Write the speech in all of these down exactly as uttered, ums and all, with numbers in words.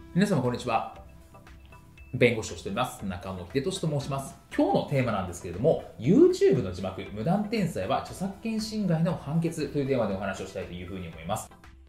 皆様こんにちは。弁護士をしております中野秀俊と申します。今日のテーマなんですけれども、 YouTube の字幕無断転載は著作権侵害の判決というテーマでお話をしたいというふうに思います。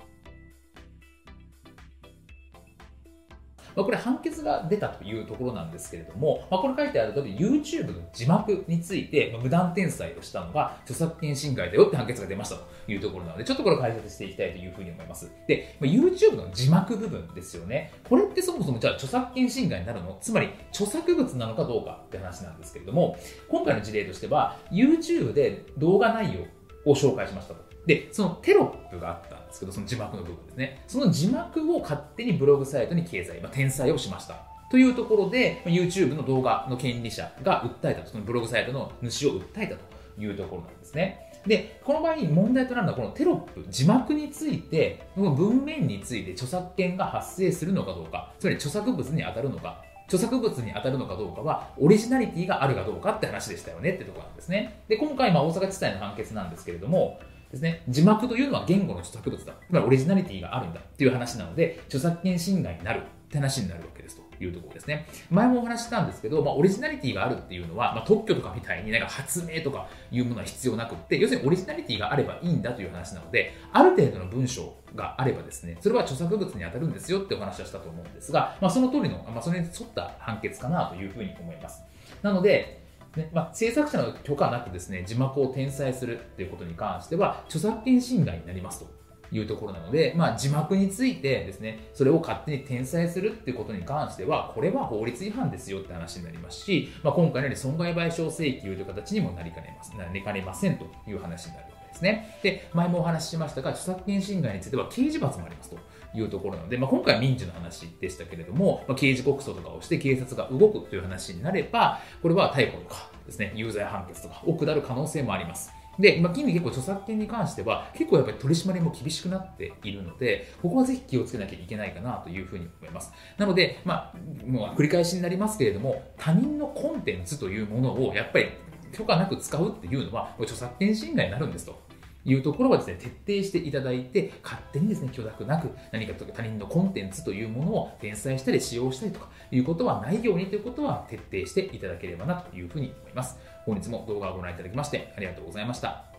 まあ、これ判決が出たというところなんですけれども、まあ、これ書いてある通り YouTube の字幕について無断転載をしたのが著作権侵害だよって判決が出ましたというところなので、ちょっとこれを解説していきたいというふうに思います。で、まあ、YouTube の字幕部分ですよね。これってそもそもじゃあ著作権侵害になるの？つまり著作物なのかどうかって話なんですけれども、今回の事例としては YouTube で動画内容を紹介しましたと。で、そのテロップがあったんですけど、その字幕の部分ですね。その字幕を勝手にブログサイトに掲載、まあ、転載をしました。というところで、YouTube の動画の権利者が訴えたと、そのブログサイトの主を訴えたというところなんですね。で、この場合に問題となるのは、このテロップ、字幕について、この文面について著作権が発生するのかどうか、つまり著作物に当たるのか、著作物に当たるのかどうかは、オリジナリティがあるかどうかって話でしたよねってところなんですね。で、今回、まあ、大阪地裁の判決なんですけれども、ですね、字幕というのは言語の著作物だ。つまりオリジナリティがあるんだっていう話なので、著作権侵害になるって話になるわけですというところですね。前もお話ししたんですけど、まあ、オリジナリティがあるっていうのは、まあ、特許とかみたいになんか発明とかいうものは必要なくって、要するにオリジナリティがあればいいんだという話なので、ある程度の文章があればですね、それは著作物に当たるんですよってお話はしたと思うんですが、まあ、その通りの、まあ、それに沿った判決かなというふうに思います。なので、ねまあ、制作者の許可なくですね、字幕を転載するということに関しては、著作権侵害になりますというところなので、まあ、字幕についてですね、それを勝手に転載するっていうことに関しては、これは法律違反ですよって話になりますし、まあ、今回のように損害賠償請求という形にもなりかねます、なりかねませんという話になるわけですね。で、前もお話ししましたが、著作権侵害については刑事罰もありますというところなので、まあ、今回は民事の話でしたけれども、まあ、刑事告訴とかをして警察が動くという話になれば、これは逮捕とかですね、有罪判決とかを下る可能性もあります。で、今、近年結構著作権に関しては、結構やっぱり取り締まりも厳しくなっているので、ここはぜひ気をつけなきゃいけないかなというふうに思います。なので、まあ、もう繰り返しになりますけれども、他人のコンテンツというものをやっぱり許可なく使うっていうのは、著作権侵害になるんですと。いうところはですね、徹底していただいて、勝手にですね、許諾なく何かとか他人のコンテンツというものを転載したり使用したりとかいうことはないようにということは徹底していただければなというふうに思います。本日も動画をご覧いただきましてありがとうございました。